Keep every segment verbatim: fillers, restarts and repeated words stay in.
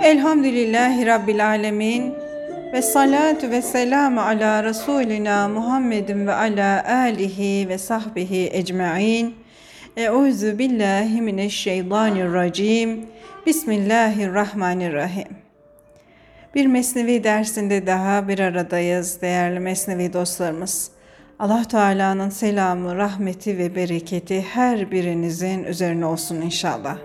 Elhamdülillahi Rabbil Alemin ve salatu ve selamu ala Resulina Muhammedin ve ala alihi ve sahbihi ecma'in. Euzu billahi mineşşeytanirracim. Bismillahirrahmanirrahim. Bir Mesnevi dersinde daha bir aradayız değerli Mesnevi dostlarımız. Allah Teala'nın selamı, rahmeti ve bereketi her birinizin üzerine olsun inşallah.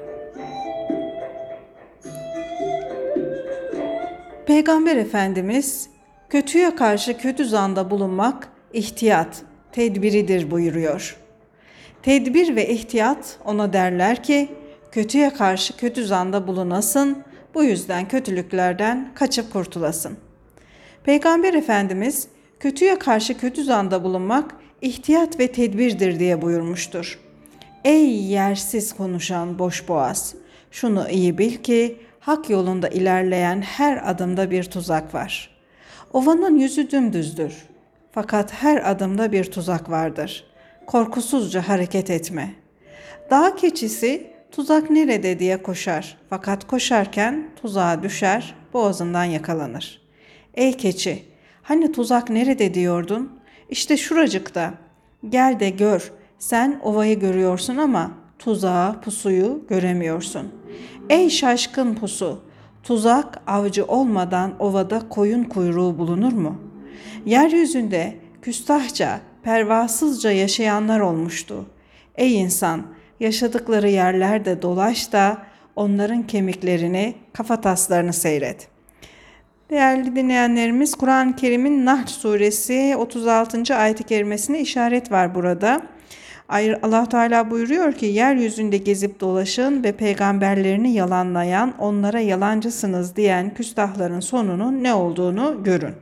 Peygamber Efendimiz kötüye karşı kötü zanda bulunmak ihtiyat, tedbiridir buyuruyor. Tedbir ve ihtiyat ona derler ki kötüye karşı kötü zanda bulunasın, bu yüzden kötülüklerden kaçıp kurtulasın. Peygamber Efendimiz kötüye karşı kötü zanda bulunmak ihtiyat ve tedbirdir diye buyurmuştur. Ey yersiz konuşan boş boğaz, şunu iyi bil ki hak yolunda ilerleyen her adımda bir tuzak var. Ovanın yüzü dümdüzdür. Fakat her adımda bir tuzak vardır. Korkusuzca hareket etme. Dağ keçisi tuzak nerede diye koşar. Fakat koşarken tuzağa düşer, boğazından yakalanır. Ey keçi, hani tuzak nerede diyordun? İşte şuracıkta. Gel de gör. Sen ovayı görüyorsun ama tuzağı, pusuyu göremiyorsun. Ey şaşkın pusu, tuzak avcı olmadan ovada koyun kuyruğu bulunur mu? Yeryüzünde küstahça, pervasızca yaşayanlar olmuştu. Ey insan, yaşadıkları yerlerde dolaş da onların kemiklerini, kafataslarını seyret. Değerli dinleyenlerimiz, Kur'an-ı Kerim'in Nahl suresi otuz altıncı ayet-i kerimesine işaret var burada. Allah Teala buyuruyor ki yeryüzünde gezip dolaşın ve peygamberlerini yalanlayan, onlara yalancısınız diyen küstahların sonunun ne olduğunu görün.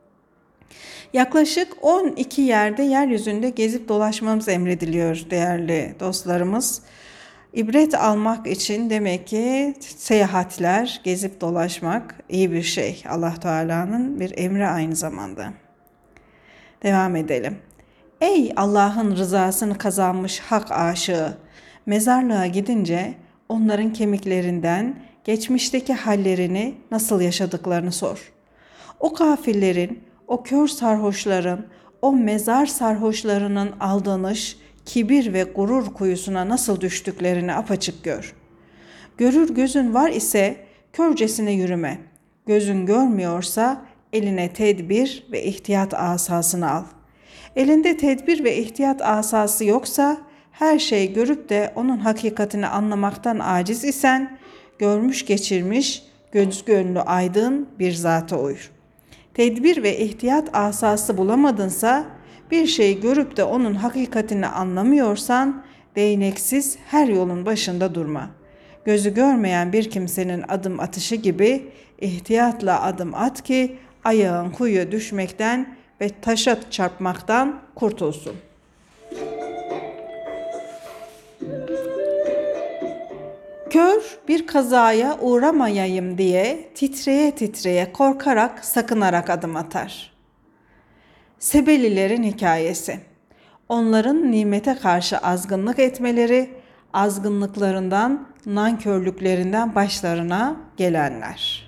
Yaklaşık on iki yerde yeryüzünde gezip dolaşmamız emrediliyor değerli dostlarımız. İbret almak için demek ki seyahatler, gezip dolaşmak iyi bir şey. Allah Teala'nın bir emri aynı zamanda. Devam edelim. Ey Allah'ın rızasını kazanmış hak aşığı, mezarlığa gidince onların kemiklerinden geçmişteki hallerini nasıl yaşadıklarını sor. O kafirlerin, o kör sarhoşların, o mezar sarhoşlarının aldanış, kibir ve gurur kuyusuna nasıl düştüklerini apaçık gör. Görür gözün var ise körcesine yürüme. Gözün görmüyorsa eline tedbir ve ihtiyat asasını al. Elinde tedbir ve ihtiyat asası yoksa, her şey görüp de onun hakikatini anlamaktan aciz isen, görmüş geçirmiş, göz gönlü aydın bir zata uy. Tedbir ve ihtiyat asası bulamadınsa, bir şey görüp de onun hakikatini anlamıyorsan, değneksiz her yolun başında durma. Gözü görmeyen bir kimsenin adım atışı gibi ihtiyatla adım at ki ayağın kuyuya düşmekten ve taşa çarpmaktan kurtulsun. Kör bir kazaya uğramayayım diye titreye titreye korkarak sakınarak adım atar. Sebelilerin hikayesi. Onların nimete karşı azgınlık etmeleri, azgınlıklarından, nankörlüklerinden başlarına gelenler.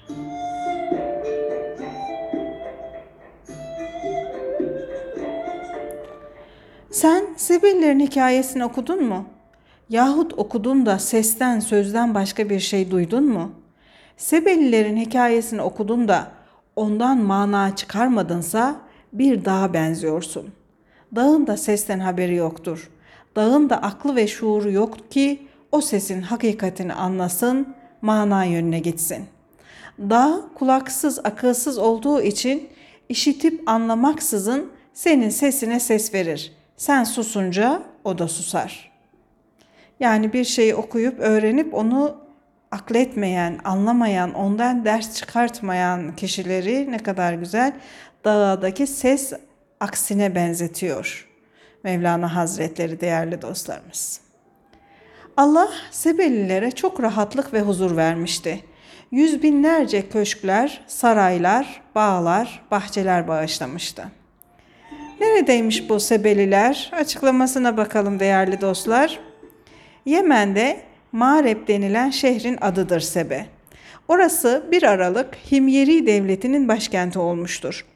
Sen Sebelilerin hikayesini okudun mu? Yahut okudun da sesten, sözden başka bir şey duydun mu? Sebelilerin hikayesini okudun da ondan mana çıkarmadınsa bir dağa benziyorsun. Dağın da sesten haberi yoktur. Dağın da aklı ve şuuru yok ki o sesin hakikatini anlasın, mana yönüne gitsin. Dağ kulaksız, akılsız olduğu için işitip anlamaksızın senin sesine ses verir. Sen susunca o da susar. Yani bir şeyi okuyup öğrenip onu akletmeyen, anlamayan, ondan ders çıkartmayan kişileri ne kadar güzel dağdaki ses aksine benzetiyor Mevlana Hazretleri değerli dostlarımız. Allah Sebelilere çok rahatlık ve huzur vermişti. Yüz binlerce köşkler, saraylar, bağlar, bahçeler bağışlamıştı. Neredeymiş bu Sebeliler? Açıklamasına bakalım değerli dostlar. Yemen'de Mağreb denilen şehrin adıdır Sebe. Orası bir aralık Himyeri devletinin başkenti olmuştur.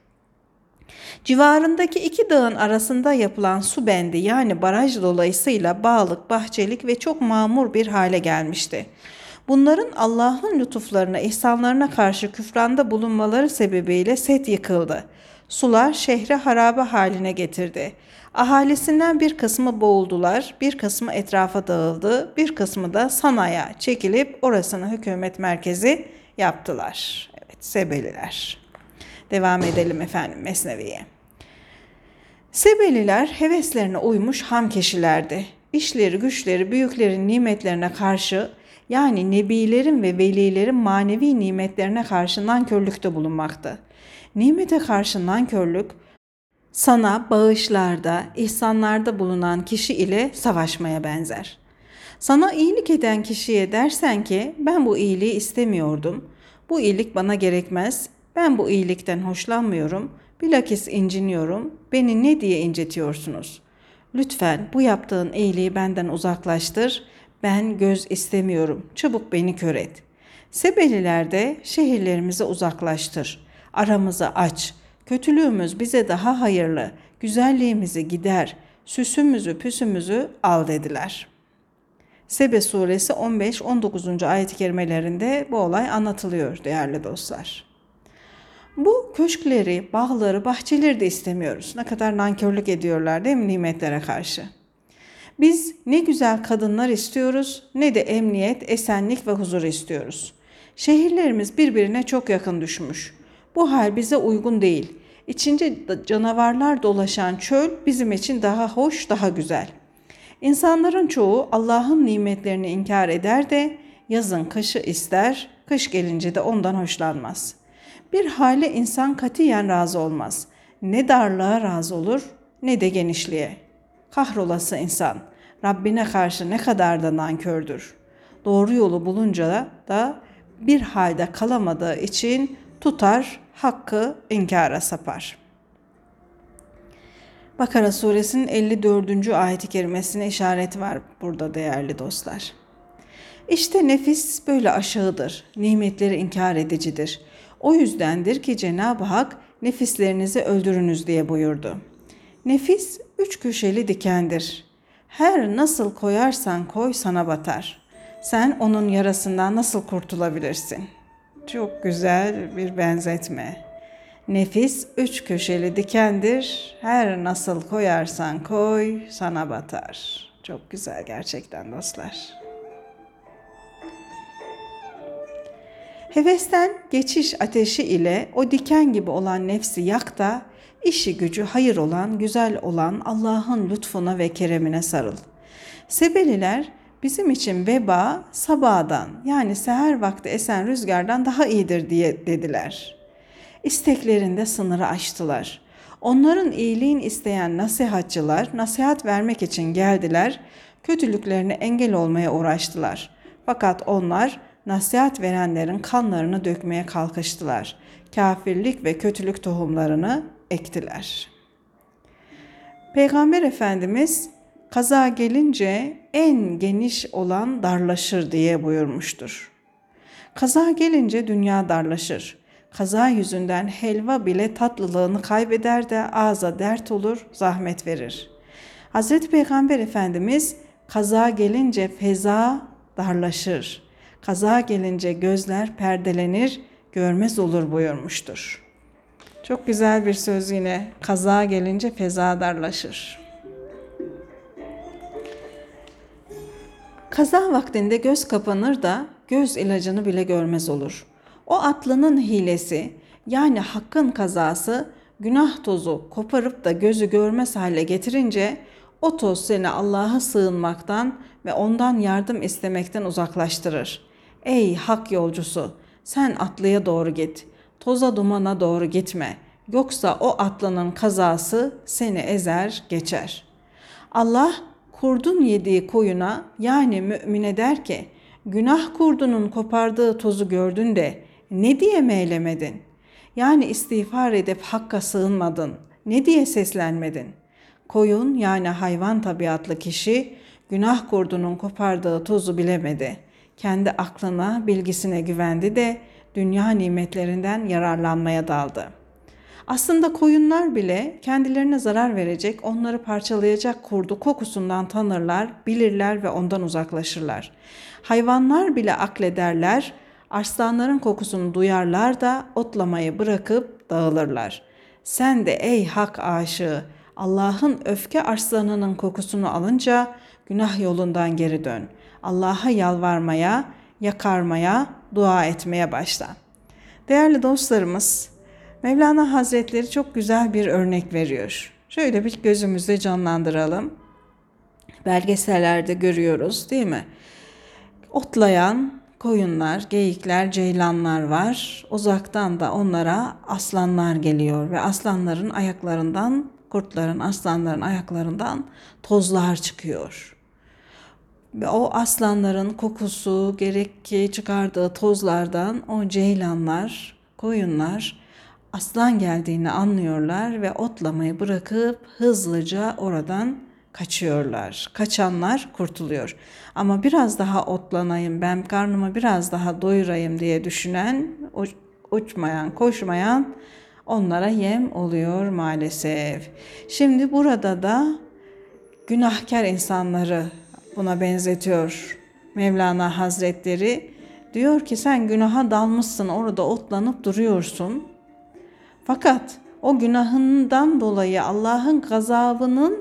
Civarındaki iki dağın arasında yapılan su bendi yani baraj dolayısıyla bağlık, bahçelik ve çok mamur bir hale gelmişti. Bunların Allah'ın lütuflarına, ihsanlarına karşı küfranda bulunmaları sebebiyle Set yıkıldı. Sular şehri harabe haline getirdi. Ahalisinden bir kısmı boğuldular, bir kısmı etrafa dağıldı, bir kısmı da Sana'ya çekilip orasını hükümet merkezi yaptılar. Evet, Sebeliler. Devam edelim efendim Mesnevi'ye. Sebeliler heveslerine uymuş hamkeşilerdi. İşleri, güçleri, büyüklerin nimetlerine karşı yani nebilerin ve velilerin manevi nimetlerine karşı nankörlükte bulunmaktı. Nimete karşı nankörlük, sana bağışlarda, ihsanlarda bulunan kişi ile savaşmaya benzer. Sana iyilik eden kişiye dersen ki ben bu iyiliği istemiyordum, bu iyilik bana gerekmez, ben bu iyilikten hoşlanmıyorum, bilakis inciniyorum, beni ne diye incitiyorsunuz? Lütfen bu yaptığın iyiliği benden uzaklaştır, ben göz istemiyorum, çabuk beni kör et. Sebeliler de şehirlerimizi uzaklaştır, aramızı aç, kötülüğümüz bize daha hayırlı, güzelliğimizi gider, süsümüzü püsümüzü al dediler. Sebe suresi on beş on dokuzuncu ayet-i kerimelerinde bu olay anlatılıyor değerli dostlar. Bu köşkleri, bağları, bahçeleri de istemiyoruz. Ne kadar nankörlük ediyorlar değil mi nimetlere karşı? Biz ne güzel kadınlar istiyoruz ne de emniyet, esenlik ve huzur istiyoruz. Şehirlerimiz birbirine çok yakın düşmüş. Bu hal bize uygun değil. İçince canavarlar dolaşan çöl bizim için daha hoş, daha güzel. İnsanların çoğu Allah'ın nimetlerini inkar eder de yazın kışı ister, kış gelince de ondan hoşlanmaz. Bir hale insan katiyen razı olmaz. Ne darlığa razı olur ne de genişliğe. Kahrolası insan, Rabbine karşı ne kadar da nankördür. Doğru yolu bulunca da bir halde kalamadığı için tutar, hakkı inkara sapar. Bakara suresinin elli dördüncü ayet-i kerimesine işaret var burada değerli dostlar. İşte nefis böyle aşağıdır, nimetleri inkar edicidir. O yüzdendir ki Cenab-ı Hak nefislerinizi öldürünüz diye buyurdu. Nefis üç köşeli dikendir. Her nasıl koyarsan koy sana batar. Sen onun yarasından nasıl kurtulabilirsin? Çok güzel bir benzetme. Nefis üç köşeli dikendir. Her nasıl koyarsan koy sana batar. Çok güzel gerçekten dostlar. Hevesten geçiş ateşi ile o diken gibi olan nefsi yak da işi gücü hayır olan, güzel olan Allah'ın lütfuna ve keremine sarıl. Sebeliler bizim için veba sabahdan yani seher vakti esen rüzgardan daha iyidir diye dediler. İsteklerinde sınırı aştılar. Onların iyiliğini isteyen nasihatçılar nasihat vermek için geldiler, kötülüklerine engel olmaya uğraştılar. Fakat onlar nasihat verenlerin kanlarını dökmeye kalkıştılar. Kafirlik ve kötülük tohumlarını ektiler. Peygamber Efendimiz kaza gelince en geniş olan darlaşır diye buyurmuştur. Kaza gelince dünya darlaşır. Kaza yüzünden helva bile tatlılığını kaybeder de ağza dert olur, zahmet verir. Hazreti Peygamber Efendimiz kaza gelince feza darlaşır. Kaza gelince gözler perdelenir, görmez olur buyurmuştur. Çok güzel bir söz yine. Kaza gelince feza darlaşır. Kaza vaktinde göz kapanır da göz ilacını bile görmez olur. O atlının hilesi yani hakkın kazası günah tozu koparıp da gözü görmez hale getirince o toz seni Allah'a sığınmaktan ve ondan yardım istemekten uzaklaştırır. Ey hak yolcusu, sen atlıya doğru git, toza dumana doğru gitme. Yoksa o atlının kazası seni ezer geçer. Allah kurdun yediği koyuna yani mümine der ki, günah kurdunun kopardığı tozu gördün de ne diye meylemedin? Yani istiğfar edip hakka sığınmadın, ne diye seslenmedin? Koyun yani hayvan tabiatlı kişi günah kurdunun kopardığı tozu bilemedi. Kendi aklına, bilgisine güvendi de dünya nimetlerinden yararlanmaya daldı. Aslında koyunlar bile kendilerine zarar verecek, onları parçalayacak kurdu kokusundan tanırlar, bilirler ve ondan uzaklaşırlar. Hayvanlar bile aklederler, arslanların kokusunu duyarlar da otlamayı bırakıp dağılırlar. Sen de ey hak aşığı, Allah'ın öfke arslanının kokusunu alınca günah yolundan geri dön. Allah'a yalvarmaya, yakarmaya, dua etmeye başla. Değerli dostlarımız, Mevlana Hazretleri çok güzel bir örnek veriyor. Şöyle bir gözümüzde canlandıralım. Belgesellerde görüyoruz, değil mi? Otlayan koyunlar, geyikler, ceylanlar var. Uzaktan da onlara aslanlar geliyor ve aslanların ayaklarından, kurtların, aslanların ayaklarından tozlar çıkıyor. Ve o aslanların kokusu, gerek ki çıkardığı tozlardan o ceylanlar, koyunlar aslan geldiğini anlıyorlar ve otlamayı bırakıp hızlıca oradan kaçıyorlar. Kaçanlar kurtuluyor. Ama biraz daha otlanayım, ben karnımı biraz daha doyurayım diye düşünen, uçmayan, koşmayan onlara yem oluyor maalesef. Şimdi burada da günahkar insanları buna benzetiyor Mevlana Hazretleri. Diyor ki sen günaha dalmışsın, orada otlanıp duruyorsun. Fakat o günahından dolayı Allah'ın gazabının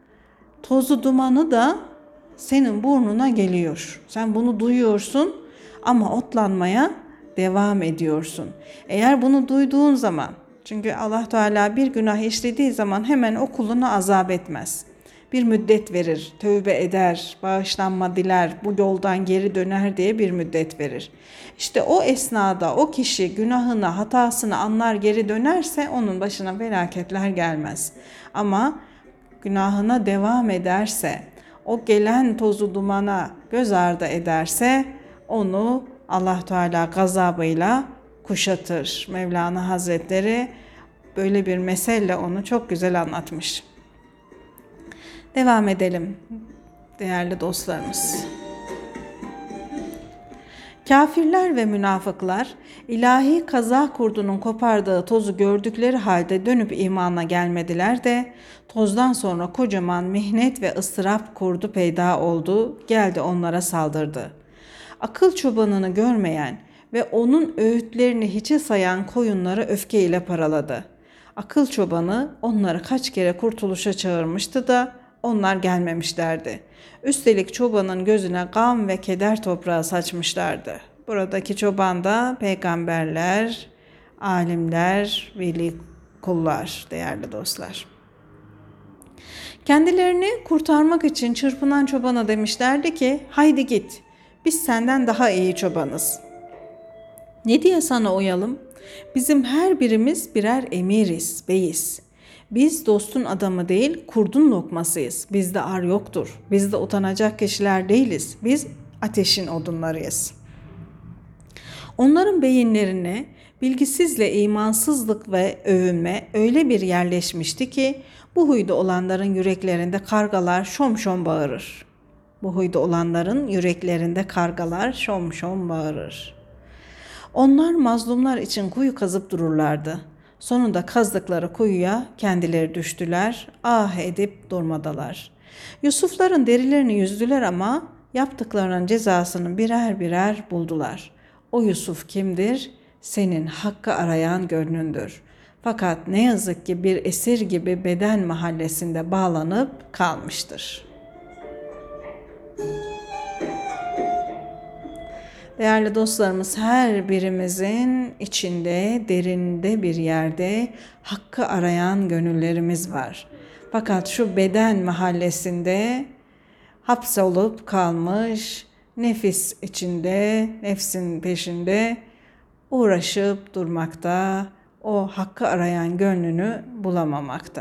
tozu dumanı da senin burnuna geliyor. Sen bunu duyuyorsun ama otlanmaya devam ediyorsun. Eğer bunu duyduğun zaman, çünkü Allah Teala bir günah işlediği zaman hemen o kulunu azap etmez. Bir müddet verir, tövbe eder, bağışlanma diler, bu yoldan geri döner diye bir müddet verir. İşte o esnada o kişi günahını, hatasını anlar geri dönerse onun başına felaketler gelmez. Ama günahına devam ederse, o gelen tozu dumana göz ardı ederse onu Allah Teala gazabıyla kuşatır. Mevlana Hazretleri böyle bir meselle onu çok güzel anlatmış. Devam edelim değerli dostlarımız. Kafirler ve münafıklar ilahi kaza kurdunun kopardığı tozu gördükleri halde dönüp imana gelmediler de tozdan sonra kocaman mihnet ve ıstırap kurdu peyda oldu, geldi onlara saldırdı. Akıl çobanını görmeyen ve onun öğütlerini hiçe sayan koyunları öfkeyle paraladı. Akıl çobanı onları kaç kere kurtuluşa çağırmıştı da onlar gelmemişlerdi. Üstelik çobanın gözüne gam ve keder toprağı saçmışlardı. Buradaki çoban da peygamberler, alimler, veli kullar değerli dostlar. Kendilerini kurtarmak için çırpınan çobana demişlerdi ki haydi git, biz senden daha iyi çobanız. Ne diye sana uyalım? Bizim her birimiz birer emiriz, beyiz. Biz dostun adamı değil, kurdun lokmasıyız. Bizde ar yoktur. Biz de utanacak kişiler değiliz. Biz ateşin odunlarıyız. Onların beyinlerine bilgisizle imansızlık ve övünme öyle bir yerleşmişti ki bu huyda olanların yüreklerinde kargalar şom şom bağırır. Bu huyda olanların yüreklerinde kargalar şom şom bağırır. Onlar mazlumlar için kuyu kazıp dururlardı. Sonunda kazdıkları kuyuya kendileri düştüler, ah edip durmadalar. Yusufların derilerini yüzdüler ama yaptıklarının cezasını birer birer buldular. O Yusuf kimdir? Senin hakkı arayan gönlündür. Fakat ne yazık ki bir esir gibi beden mahallesinde bağlanıp kalmıştır. Değerli dostlarımız, her birimizin içinde, derinde bir yerde hakkı arayan gönüllerimiz var. Fakat şu beden mahallesinde hapsolup kalmış, nefis içinde, nefsin peşinde uğraşıp durmakta, o hakkı arayan gönlünü bulamamakta.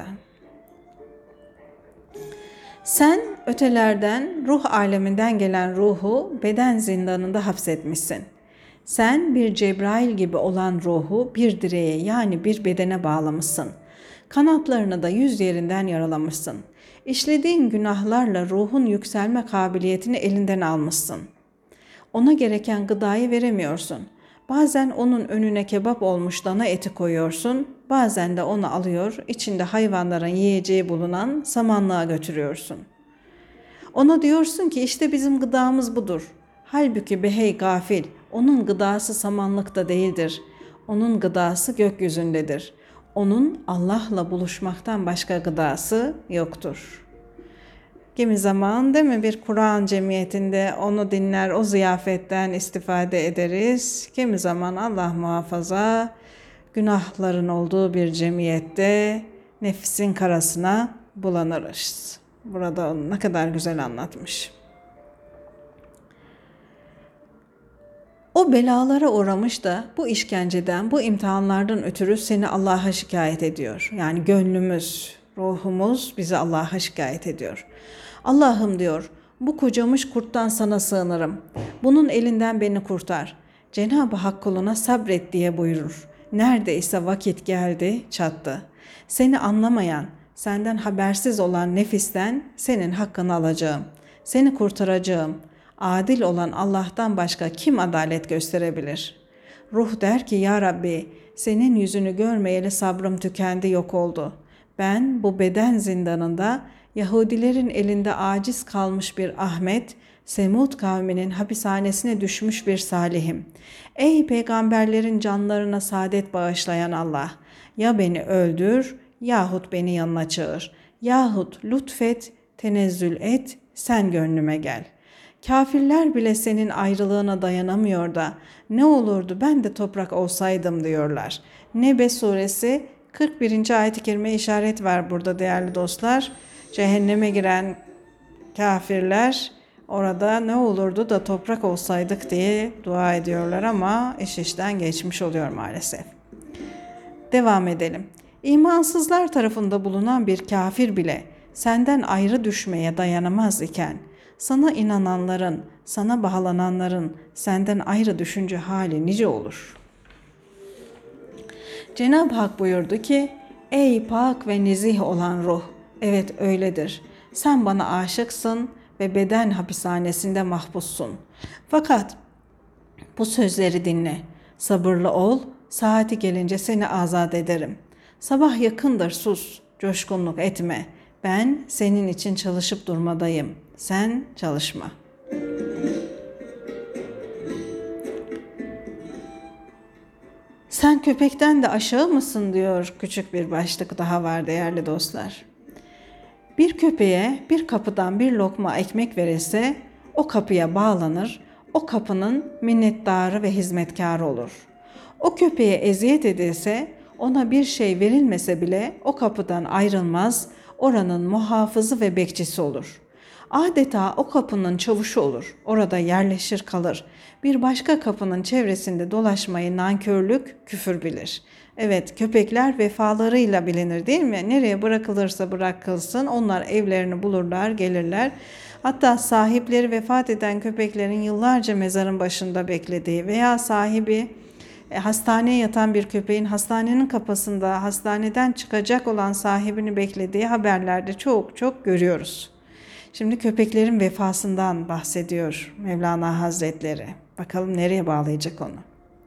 Sen ötelerden, ruh aleminden gelen ruhu beden zindanında hapsetmişsin. Sen bir Cebrail gibi olan ruhu bir direğe yani bir bedene bağlamışsın. Kanatlarını da yüz yerinden yaralamışsın. İşlediğin günahlarla ruhun yükselme kabiliyetini elinden almışsın. Ona gereken gıdayı veremiyorsun. Bazen onun önüne kebap olmuş dana eti koyuyorsun, bazen de onu alıyor, içinde hayvanların yiyeceği bulunan samanlığa götürüyorsun. Ona diyorsun ki işte bizim gıdamız budur. Halbuki behey gafil, onun gıdası samanlıkta değildir. Onun gıdası gökyüzündedir. Onun Allah'la buluşmaktan başka gıdası yoktur. Kimi zaman değil mi bir Kur'an cemiyetinde onu dinler, o ziyafetten istifade ederiz. Kimi zaman Allah muhafaza günahların olduğu bir cemiyette nefsin karasına bulanırız. Burada onu ne kadar güzel anlatmış. O belalara uğramış da bu işkenceden, bu imtihanlardan ötürü seni Allah'a şikayet ediyor. Yani gönlümüz, ruhumuz bizi Allah'a şikayet ediyor. Allah'ım diyor, bu kocamış kurttan sana sığınırım. Bunun elinden beni kurtar. Cenab-ı Hak kuluna sabret diye buyurur. Neredeyse vakit geldi, çattı. Seni anlamayan, senden habersiz olan nefisten senin hakkını alacağım. Seni kurtaracağım. Adil olan Allah'tan başka kim adalet gösterebilir? Ruh der ki ya Rabbi, senin yüzünü görmeyeli sabrım tükendi, yok oldu. Ben bu beden zindanında Yahudilerin elinde aciz kalmış bir Ahmet, Semud kavminin hapishanesine düşmüş bir salihim. Ey peygamberlerin canlarına saadet bağışlayan Allah! Ya beni öldür yahut beni yanına çağır. Yahut lütfet, tenezzül et, sen gönlüme gel. Kafirler bile senin ayrılığına dayanamıyor da ne olurdu ben de toprak olsaydım diyorlar. Nebe suresi kırk birinci ayet-i kerime işaret var burada değerli dostlar. Cehenneme giren kafirler orada ne olurdu da toprak olsaydık diye dua ediyorlar ama iş işten geçmiş oluyor maalesef. Devam edelim. İmansızlar tarafında bulunan bir kafir bile senden ayrı düşmeye dayanamaz iken sana inananların, sana bağlananların senden ayrı düşünce hali nice olur. Cenab-ı Hak buyurdu ki, ey pak ve nezih olan ruh, evet öyledir. Sen bana aşıksın ve beden hapishanesinde mahpussun. Fakat bu sözleri dinle, sabırlı ol, saati gelince seni azat ederim. Sabah yakındır, sus, coşkunluk etme. Ben senin için çalışıp durmadayım. Sen çalışma. Sen köpekten de aşağı mısın diyor, küçük bir başlık daha var değerli dostlar. Bir köpeğe bir kapıdan bir lokma ekmek verilse o kapıya bağlanır, o kapının minnettarı ve hizmetkarı olur. O köpeğe eziyet edilse, ona bir şey verilmese bile o kapıdan ayrılmaz, oranın muhafızı ve bekçisi olur. Adeta o kapının çavuşu olur, orada yerleşir kalır. Bir başka kapının çevresinde dolaşmayı nankörlük, küfür bilir. Evet, köpekler vefalarıyla bilinir değil mi? Nereye bırakılırsa bırakılsın onlar evlerini bulurlar, gelirler. Hatta sahipleri vefat eden köpeklerin yıllarca mezarın başında beklediği veya sahibi e, hastaneye yatan bir köpeğin hastanenin kapısında hastaneden çıkacak olan sahibini beklediği haberlerde çok çok görüyoruz. Şimdi köpeklerin vefasından bahsediyor Mevlana Hazretleri. Bakalım nereye bağlayacak onu.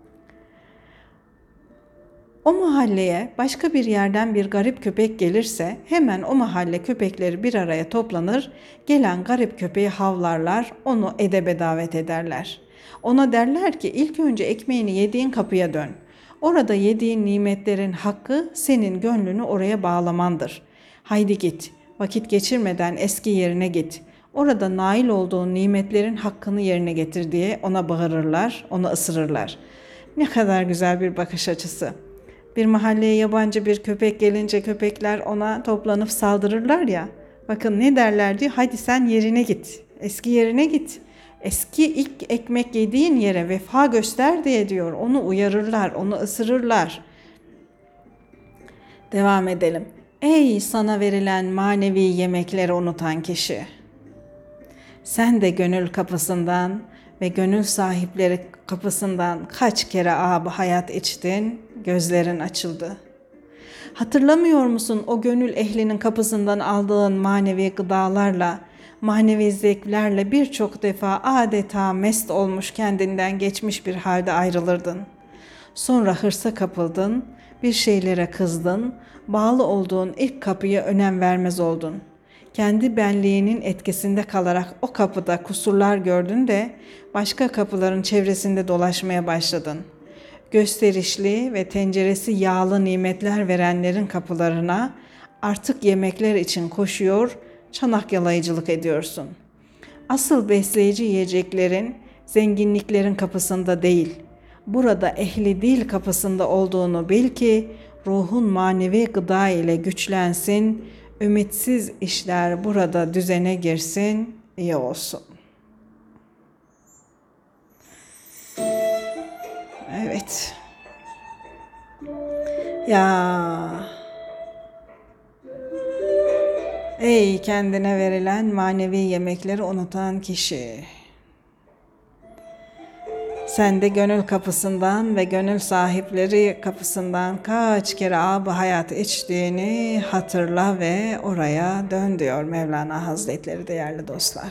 O mahalleye başka bir yerden bir garip köpek gelirse hemen o mahalle köpekleri bir araya toplanır, gelen garip köpeği havlarlar, onu edebe davet ederler. Ona derler ki ilk önce ekmeğini yediğin kapıya dön. Orada yediğin nimetlerin hakkı senin gönlünü oraya bağlamandır. Haydi git, vakit geçirmeden eski yerine git. Orada nail olduğun nimetlerin hakkını yerine getir diye ona bağırırlar, onu ısırırlar. Ne kadar güzel bir bakış açısı. Bir mahalleye yabancı bir köpek gelince köpekler ona toplanıp saldırırlar ya. Bakın ne derler diyor. Hadi sen yerine git. Eski yerine git. Eski ilk ekmek yediğin yere vefa göster diye diyor. Onu uyarırlar, onu ısırırlar. Devam edelim. Ey sana verilen manevi yemekleri unutan kişi. Sen de gönül kapısından ve gönül sahipleri kapısından kaç kere ab hayat içtin, gözlerin açıldı. Hatırlamıyor musun o gönül ehlinin kapısından aldığın manevi gıdalarla Manevi zevklerle birçok defa adeta mest olmuş, kendinden geçmiş bir halde ayrılırdın. Sonra hırsa kapıldın, bir şeylere kızdın, bağlı olduğun ilk kapıya önem vermez oldun. Kendi benliğinin etkisinde kalarak o kapıda kusurlar gördün de başka kapıların çevresinde dolaşmaya başladın. Gösterişli ve tenceresi yağlı nimetler verenlerin kapılarına artık yemekler için koşuyor, çanak yalayıcılık ediyorsun. Asıl besleyici yiyeceklerin, zenginliklerin kapısında değil, burada ehli dil kapısında olduğunu bil ki ruhun manevi gıda ile güçlensin, ümitsiz işler burada düzene girsin, iyi olsun. Evet. Ya ey kendine verilen manevi yemekleri unutan kişi. Sen de gönül kapısından ve gönül sahipleri kapısından kaç kere ab-ı hayat içtiğini hatırla ve oraya dön diyor Mevlana Hazretleri değerli dostlar.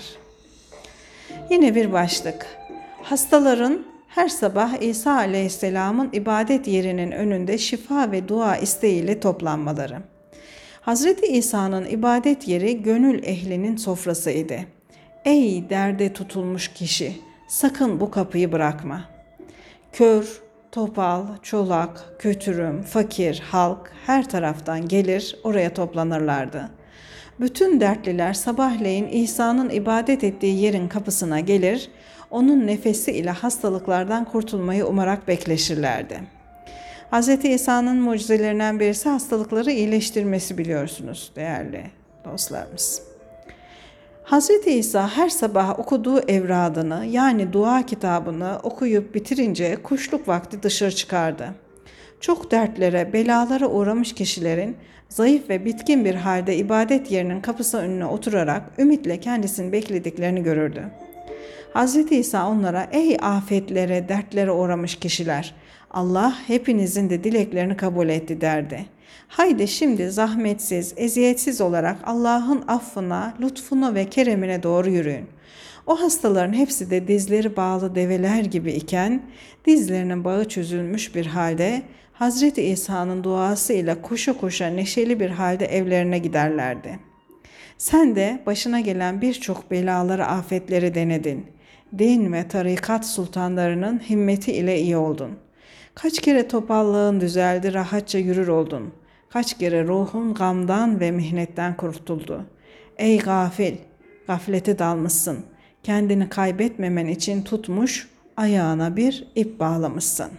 Yine bir başlık. Hastaların her sabah İsa Aleyhisselam'ın ibadet yerinin önünde şifa ve dua isteğiyle toplanmaları. Hazreti İsa'nın ibadet yeri gönül ehlinin sofrasıydı. Ey derde tutulmuş kişi, sakın bu kapıyı bırakma. Kör, topal, çolak, kötürüm, fakir, halk her taraftan gelir oraya toplanırlardı. Bütün dertliler sabahleyin İsa'nın ibadet ettiği yerin kapısına gelir, onun nefesi ile hastalıklardan kurtulmayı umarak bekleşirlerdi. Hz. İsa'nın mucizelerinden birisi hastalıkları iyileştirmesi biliyorsunuz değerli dostlarımız. Hz. İsa her sabah okuduğu evradını yani dua kitabını okuyup bitirince kuşluk vakti dışarı çıkardı. Çok dertlere, belalara uğramış kişilerin zayıf ve bitkin bir halde ibadet yerinin kapısı önüne oturarak ümitle kendisini beklediklerini görürdü. Hz. İsa onlara ey afetlere, dertlere uğramış kişiler, Allah hepinizin de dileklerini kabul etti derdi. Haydi şimdi zahmetsiz, eziyetsiz olarak Allah'ın affına, lütfuna ve keremine doğru yürüyün. O hastaların hepsi de dizleri bağlı develer gibi iken, dizlerinin bağı çözülmüş bir halde Hazreti İsa'nın duasıyla koşa koşa neşeli bir halde evlerine giderlerdi. Sen de başına gelen birçok belaları, afetleri denedin. Din ve tarikat sultanlarının himmeti ile iyi oldun. Kaç kere topallığın düzeldi, rahatça yürür oldun. Kaç kere ruhun gamdan ve mihnetten kurtuldu. Ey gafil, gaflete dalmışsın. Kendini kaybetmemen için tutmuş, ayağına bir ip bağlamışsın.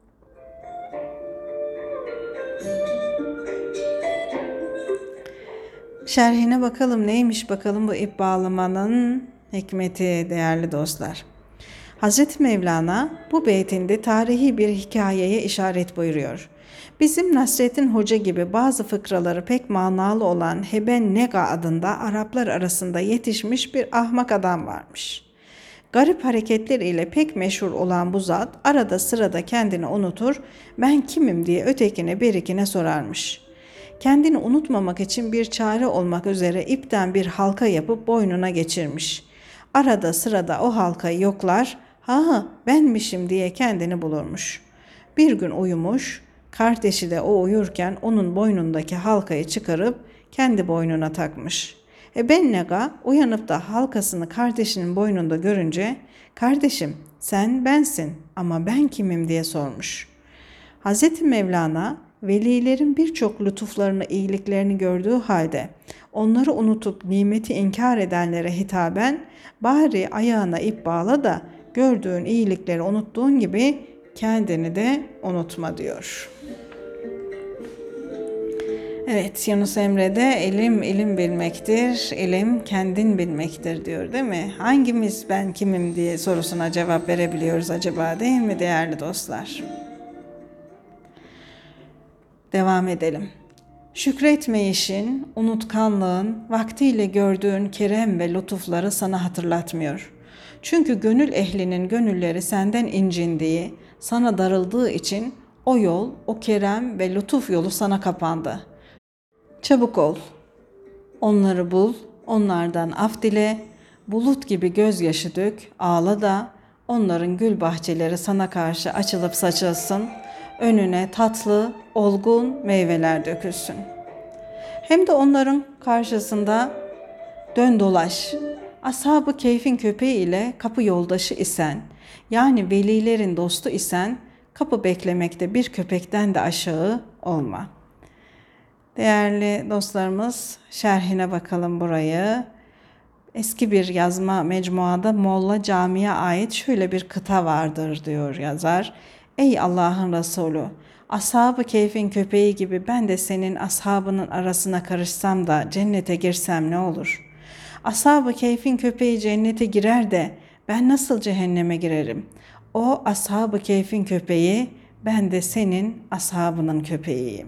Şerhine bakalım neymiş bakalım bu ip bağlamanın hikmeti değerli dostlar. Hazreti Mevlana bu beytinde tarihi bir hikayeye işaret buyuruyor. Bizim Nasrettin Hoca gibi bazı fıkraları pek manalı olan Heben Nega adında Araplar arasında yetişmiş bir ahmak adam varmış. Garip hareketler ile pek meşhur olan bu zat arada sırada kendini unutur, ben kimim diye ötekine berikine sorarmış. Kendini unutmamak için bir çare olmak üzere ipten bir halka yapıp boynuna geçirmiş. Arada sırada o halkayı yoklar, ha benmişim diye kendini bulurmuş. Bir gün uyumuş, kardeşi de o uyurken onun boynundaki halkayı çıkarıp kendi boynuna takmış. E ben Nega uyanıp da halkasını kardeşinin boynunda görünce, kardeşim sen bensin ama ben kimim diye sormuş. Hazreti Mevlana, velilerin birçok lütuflarını, iyiliklerini gördüğü halde onları unutup nimeti inkar edenlere hitaben bari ayağına ip bağla da gördüğün iyilikleri unuttuğun gibi kendini de unutma diyor. Evet, Yunus Emre'de ilim ilim bilmektir, ilim kendin bilmektir diyor değil mi? Hangimiz ben kimim diye sorusuna cevap verebiliyoruz acaba değil mi değerli dostlar? Devam edelim. Şükretmeyişin, unutkanlığın, vaktiyle gördüğün kerem ve lütufları sana hatırlatmıyor. Çünkü gönül ehlinin gönülleri senden incindiği, sana darıldığı için o yol, o kerem ve lütuf yolu sana kapandı. Çabuk ol, onları bul, Onlardan af dile, bulut gibi gözyaşı dök, ağla da onların gül bahçeleri sana karşı açılıp saçılsın, önüne tatlı, olgun meyveler dökülsün. Hem de onların karşısında dön dolaş, ashab-ı keyfin köpeği ile kapı yoldaşı isen, yani velilerin dostu isen, kapı beklemekte bir köpekten de aşağı olma. Değerli dostlarımız, şerhine bakalım burayı. Eski bir yazma mecmuada Molla Cami'ye ait şöyle bir kıta vardır diyor yazar. Ey Allah'ın Resulü, ashab-ı keyfin köpeği gibi ben de senin ashabının arasına karışsam da cennete girsem ne olur? Ashab-ı keyfin köpeği cennete girer de ben nasıl cehenneme girerim? O ashab-ı keyfin köpeği, ben de senin ashabının köpeğiyim.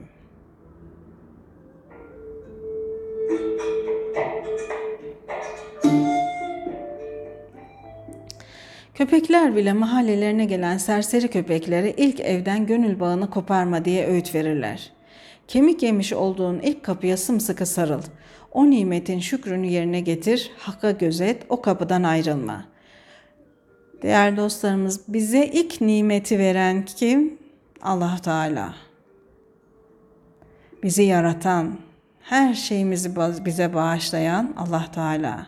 Köpekler bile mahallelerine gelen serseri köpeklere ilk evden gönül bağını koparma diye öğüt verirler. Kemik yemiş olduğun ilk kapıya sımsıkı sarıl. O nimetin şükrünü yerine getir, hakka gözet, o kapıdan ayrılma. Değerli dostlarımız, bize ilk nimeti veren kim? Allah Teala. Bizi yaratan, her şeyimizi bize bağışlayan Allah Teala.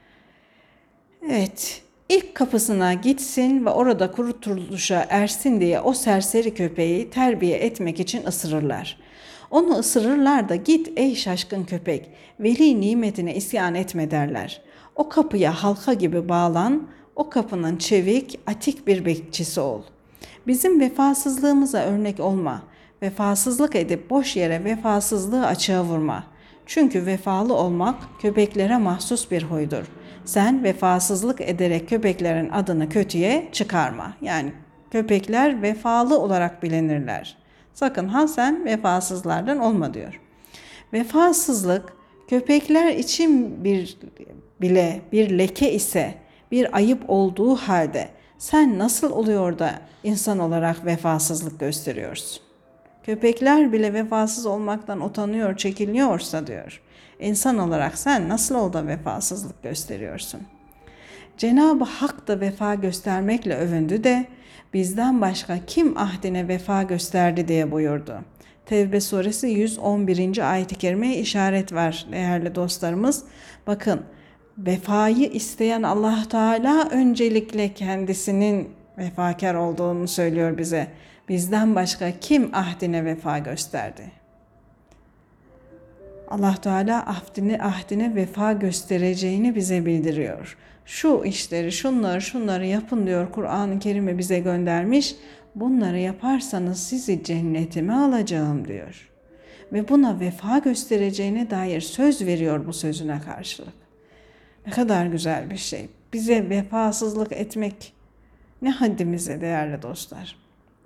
Evet, ilk kapısına gitsin ve orada kurtuluşa ersin diye o serseri köpeği terbiye etmek için ısırırlar. Onu ısırırlar da git ey şaşkın köpek, veli nimetine isyan etme derler. O kapıya halka gibi bağlan, o kapının çevik, atik bir bekçisi ol. Bizim vefasızlığımıza örnek olma. Vefasızlık edip boş yere vefasızlığı açığa vurma. Çünkü vefalı olmak köpeklere mahsus bir huydur. Sen vefasızlık ederek köpeklerin adını kötüye çıkarma. Yani köpekler vefalı olarak bilinirler. Sakın ha sen vefasızlardan olma diyor. Vefasızlık köpekler için bir bile bir leke ise, bir ayıp olduğu halde sen nasıl oluyor da insan olarak vefasızlık gösteriyorsun? Köpekler bile vefasız olmaktan utanıyor, çekiniyorsa diyor. İnsan olarak sen nasıl olda vefasızlık gösteriyorsun? Cenab-ı Hak da vefa göstermekle övündü de bizden başka kim ahdine vefa gösterdi diye buyurdu. Tevbe suresi yüz on birinci ayet-i kerimeye işaret var değerli dostlarımız. Bakın, vefayı isteyen Allah Teala öncelikle kendisinin vefakar olduğunu söylüyor bize. Bizden başka kim ahdine vefa gösterdi? Allah Teala ahdine, ahdine vefa göstereceğini bize bildiriyor. Şu işleri, şunları, şunları yapın diyor, Kur'an-ı Kerim'i bize göndermiş. Bunları yaparsanız sizi cennetime alacağım diyor. Ve buna vefa göstereceğine dair söz veriyor bu sözüne karşılık. Ne kadar güzel bir şey. Bize vefasızlık etmek ne haddimize değerli dostlar.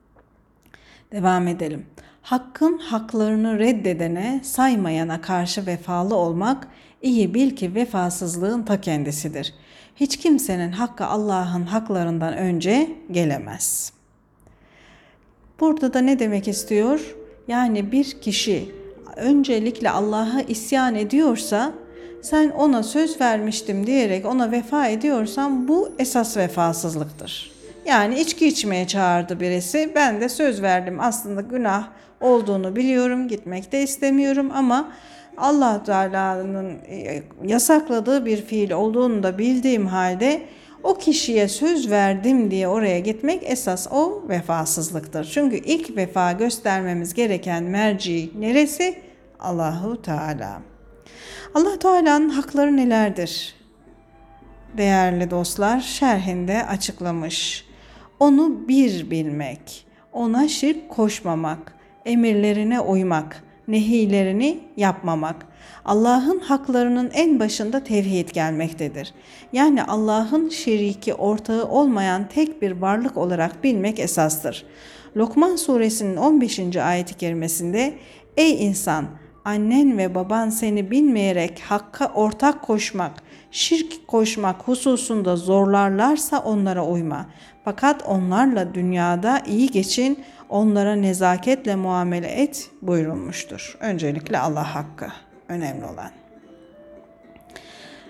Devam edelim. Hakkın haklarını reddedene, saymayana karşı vefalı olmak, iyi bil ki vefasızlığın ta kendisidir. Hiç kimsenin hakkı Allah'ın haklarından önce gelemez. Burada da ne demek istiyor? Yani bir kişi öncelikle Allah'a isyan ediyorsa, sen ona söz vermiştim diyerek ona vefa ediyorsan bu esas vefasızlıktır. Yani içki içmeye çağırdı birisi. Ben de söz verdim. Aslında günah olduğunu biliyorum. Gitmek de istemiyorum ama Allah Teala'nın yasakladığı bir fiil olduğunu da bildiğim halde o kişiye söz verdim diye oraya gitmek esas o vefasızlıktır. Çünkü ilk vefa göstermemiz gereken merci neresi? Allahu Teala. Allah Teala'nın hakları nelerdir? Değerli dostlar, şerhinde açıklamış. Onu bir bilmek, ona şirk koşmamak, emirlerine uymak, nehilerini yapmamak. Allah'ın haklarının en başında tevhid gelmektedir. Yani Allah'ın şiriki ortağı olmayan tek bir varlık olarak bilmek esastır. Lokman suresinin on beşinci ayet-i kerimesinde ey insan, annen ve baban seni bilmeyerek hakka ortak koşmak, şirk koşmak hususunda zorlarlarsa onlara uyma. Fakat onlarla dünyada iyi geçin, onlara nezaketle muamele et buyurulmuştur. Öncelikle Allah hakkı önemli olan.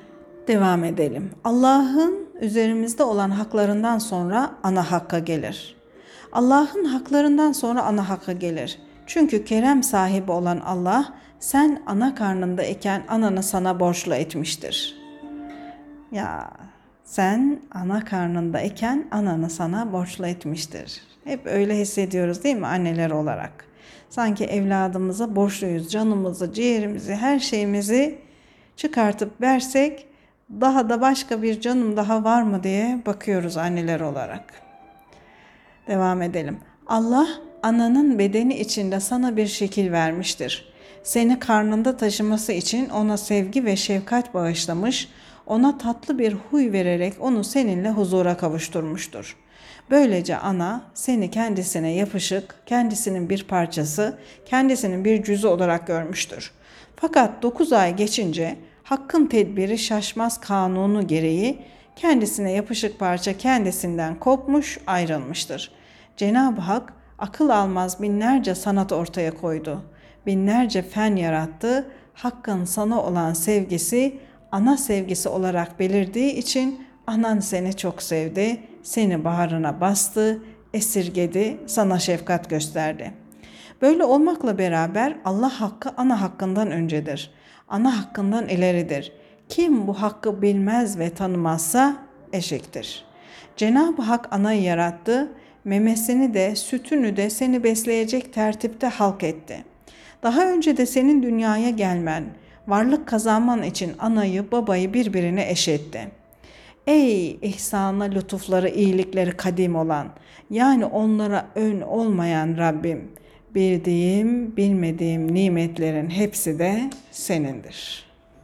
Devam edelim. Allah'ın üzerimizde olan haklarından sonra ana hakka gelir. Allah'ın haklarından sonra ana hakka gelir. Çünkü kerem sahibi olan Allah, sen ana karnındayken ananı sana borçlu etmiştir. Ya sen ana karnındayken ananı sana borçlu etmiştir. Hep öyle hissediyoruz değil mi anneler olarak? Sanki evladımıza borçluyuz. Canımızı, ciğerimizi, her şeyimizi çıkartıp versek daha da başka bir canım daha var mı diye bakıyoruz anneler olarak. Devam edelim. Allah ananın bedeni içinde sana bir şekil vermiştir. Seni karnında taşıması için ona sevgi ve şefkat bağışlamış, ona tatlı bir huy vererek onu seninle huzura kavuşturmuştur. Böylece ana seni kendisine yapışık, kendisinin bir parçası, kendisinin bir cüzü olarak görmüştür. Fakat dokuz ay geçince Hakkın tedbiri şaşmaz kanunu gereği kendisine yapışık parça kendisinden kopmuş, ayrılmıştır. Cenab-ı Hak akıl almaz binlerce sanat ortaya koydu. Binlerce fen yarattı. Hakkın sana olan sevgisi ana sevgisi olarak belirdiği için anan seni çok sevdi, seni bağrına bastı, esirgedi, sana şefkat gösterdi. Böyle olmakla beraber Allah hakkı ana hakkından öncedir. Ana hakkından ileridir. Kim bu hakkı bilmez ve tanımazsa eşektir. Cenab-ı Hak anayı yarattı, memesini de sütünü de seni besleyecek tertipte halk etti. Daha önce de senin dünyaya gelmen, varlık kazanman için anayı babayı birbirine eşetti. Ey ihsana, lütufları, iyilikleri kadim olan, yani onlara ön olmayan Rabbim, bildiğim, bilmediğim nimetlerin hepsi de senindir.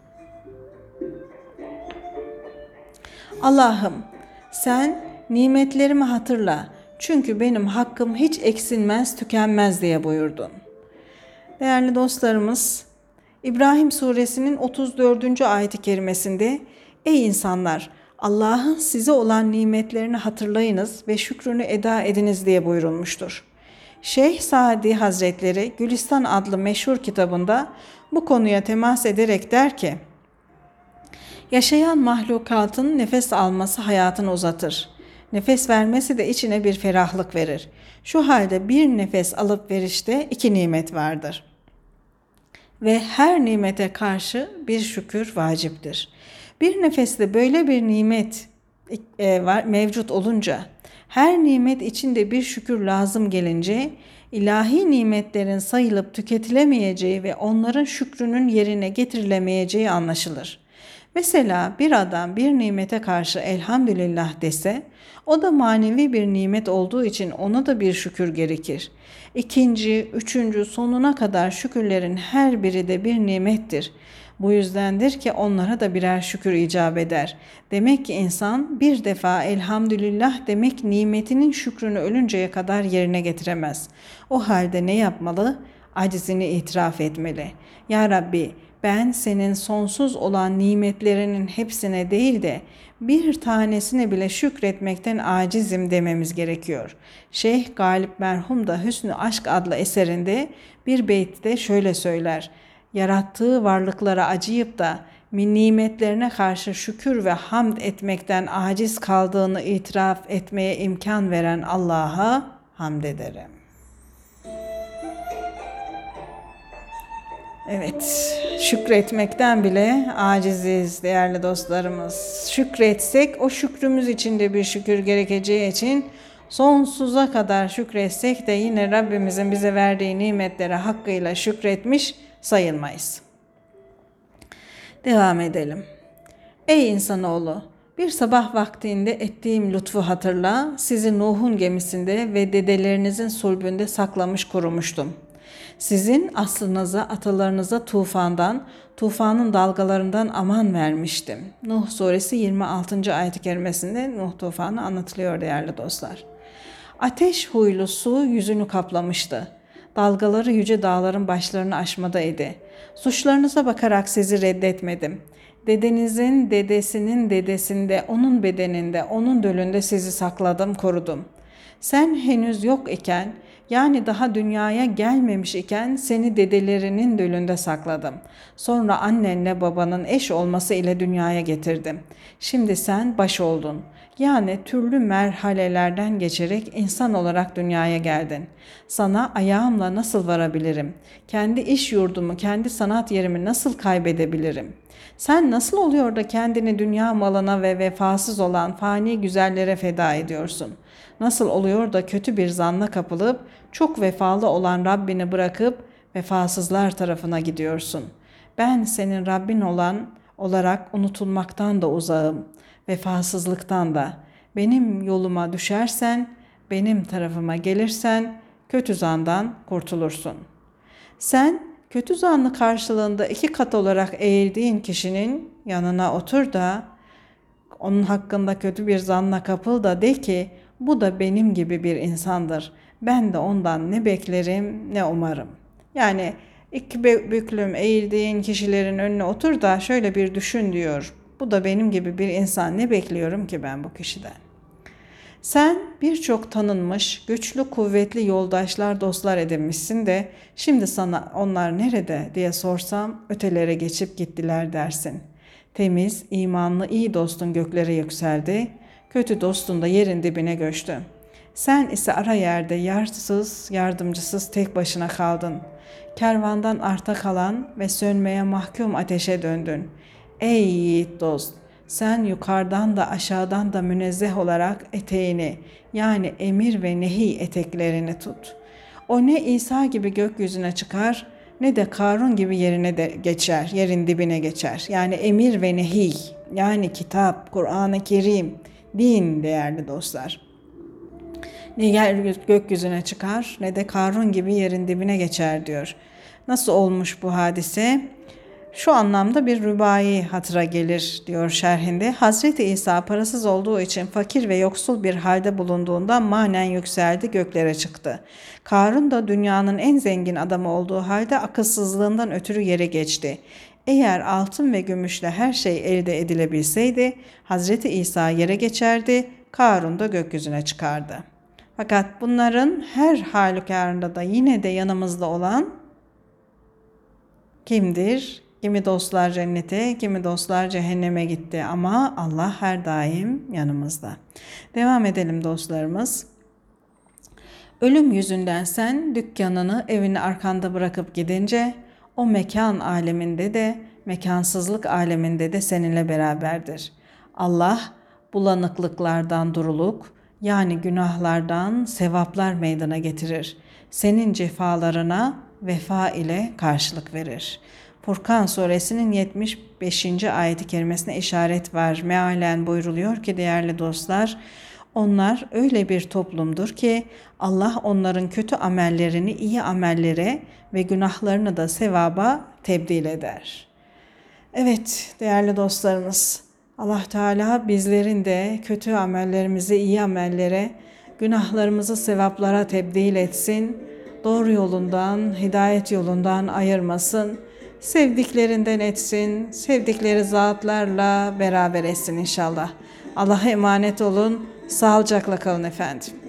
Allah'ım sen nimetlerimi hatırla, çünkü benim hakkım hiç eksilmez, tükenmez diye buyurdun. Değerli dostlarımız, İbrahim suresinin otuz dördüncü ayet-i kerimesinde ey insanlar, Allah'ın size olan nimetlerini hatırlayınız ve şükrünü eda ediniz diye buyurulmuştur. Şeyh Saadi Hazretleri Gülistan adlı meşhur kitabında bu konuya temas ederek der ki, yaşayan mahlukatın nefes alması hayatını uzatır. Nefes vermesi de içine bir ferahlık verir. Şu halde bir nefes alıp verişte iki nimet vardır. Ve her nimete karşı bir şükür vaciptir. Bir nefeste böyle bir nimet e, var, mevcut olunca, her nimet içinde bir şükür lazım gelince, ilahi nimetlerin sayılıp tüketilemeyeceği ve onların şükrünün yerine getirilemeyeceği anlaşılır. Mesela bir adam bir nimete karşı elhamdülillah dese, o da manevi bir nimet olduğu için ona da bir şükür gerekir. İkinci, üçüncü, sonuna kadar şükürlerin her biri de bir nimettir. Bu yüzdendir ki onlara da birer şükür icap eder. Demek ki insan bir defa elhamdülillah demek nimetinin şükrünü ölünceye kadar yerine getiremez. O halde ne yapmalı? Acizini itiraf etmeli. Ya Rabbi, ben senin sonsuz olan nimetlerinin hepsine değil de bir tanesine bile şükretmekten acizim dememiz gerekiyor. Şeyh Galip merhum da Hüsnü Aşk adlı eserinde bir beytte şöyle söyler. Yarattığı varlıklara acıyıp da nimetlerine karşı şükür ve hamd etmekten aciz kaldığını itiraf etmeye imkan veren Allah'a hamd ederim. Evet, şükretmekten bile aciziz değerli dostlarımız. Şükretsek o şükrümüz içinde bir şükür gerekeceği için sonsuza kadar şükretsek de yine Rabbimizin bize verdiği nimetlere hakkıyla şükretmiş sayılmayız. Devam edelim. Ey insanoğlu, bir sabah vaktinde ettiğim lütfu hatırla, sizi Nuh'un gemisinde ve dedelerinizin sulbünde saklamış korumuştum. Sizin aslınıza, atalarınıza tufandan, tufanın dalgalarından aman vermiştim. Nuh suresi yirmi altıncı ayet-i kerimesinde Nuh tufanı anlatılıyor değerli dostlar. Ateş huylu su yüzünü kaplamıştı. Dalgaları yüce dağların başlarını aşmada idi. Suçlarınıza bakarak sizi reddetmedim. Dedenizin dedesinin dedesinde, onun bedeninde, onun dölünde sizi sakladım, korudum. Sen henüz yok iken, yani daha dünyaya gelmemiş iken seni dedelerinin dölünde sakladım. Sonra annenle babanın eş olması ile dünyaya getirdim. Şimdi sen baş oldun. Yani türlü merhalelerden geçerek insan olarak dünyaya geldin. Sana ayağımla nasıl varabilirim? Kendi iş yurdumu, kendi sanat yerimi nasıl kaybedebilirim? Sen nasıl oluyor da kendini dünya malına ve vefasız olan fani güzellere feda ediyorsun? Nasıl oluyor da kötü bir zanla kapılıp çok vefalı olan Rabbini bırakıp vefasızlar tarafına gidiyorsun? Ben senin Rabbin olan olarak unutulmaktan da uzağım, vefasızlıktan da. Benim yoluma düşersen, benim tarafıma gelirsen kötü zandan kurtulursun. Sen kötü zanlı karşılığında iki kat olarak eğildiğin kişinin yanına otur da onun hakkında kötü bir zanla kapıl da de ki bu da benim gibi bir insandır. Ben de ondan ne beklerim ne umarım. Yani iki büklüm eğildiğin kişilerin önüne otur da şöyle bir düşün diyor. Bu da benim gibi bir insan, ne bekliyorum ki ben bu kişiden? Sen birçok tanınmış, güçlü, kuvvetli yoldaşlar, dostlar edinmişsin de şimdi sana onlar nerede diye sorsam ötelere geçip gittiler dersin. Temiz, imanlı, iyi dostun göklere yükseldi, kötü dostun da yerin dibine göçtü. Sen ise ara yerde yarsız, yardımcısız tek başına kaldın. Kervandan arta kalan ve sönmeye mahkum ateşe döndün. Ey yiğit dost! Sen yukarıdan da aşağıdan da münezzeh olarak eteğini, yani emir ve nehi eteklerini tut. O ne İsa gibi gökyüzüne çıkar ne de Karun gibi yerine de geçer, yerin dibine geçer. Yani emir ve nehi, yani kitap, Kur'an-ı Kerim, din değerli dostlar. Ne yer gökyüzüne çıkar ne de Karun gibi yerin dibine geçer diyor. Nasıl olmuş bu hadise? Şu anlamda bir rübai hatıra gelir diyor şerhinde. Hazreti İsa parasız olduğu için fakir ve yoksul bir halde bulunduğunda manen yükseldi, göklere çıktı. Karun da dünyanın en zengin adamı olduğu halde akılsızlığından ötürü yere geçti. Eğer altın ve gümüşle her şey elde edilebilseydi Hazreti İsa yere geçerdi, Karun da gökyüzüne çıkardı. Fakat bunların her halükarında da yine de yanımızda olan kimdir? Kimi dostlar cennete, kimi dostlar cehenneme gitti ama Allah her daim yanımızda. Devam edelim dostlarımız. Ölüm yüzünden sen dükkanını, evini arkanda bırakıp gidince o mekan aleminde de, mekansızlık aleminde de seninle beraberdir. Allah bulanıklıklardan duruluk, yani günahlardan sevaplar meydana getirir. Senin cefalarına vefa ile karşılık verir. Furkan suresinin yetmiş beşinci ayeti kerimesine işaret var. Mealen buyruluyor ki değerli dostlar, onlar öyle bir toplumdur ki Allah onların kötü amellerini iyi amellere ve günahlarını da sevaba tebdil eder. Evet değerli dostlarımız, Allah Teala bizlerin de kötü amellerimizi iyi amellere, günahlarımızı sevaplara tebdil etsin. Doğru yolundan, hidayet yolundan ayırmasın. Sevdiklerinden etsin, sevdikleri zatlarla beraber etsin inşallah. Allah'a emanet olun, sağlıcakla kalın efendim.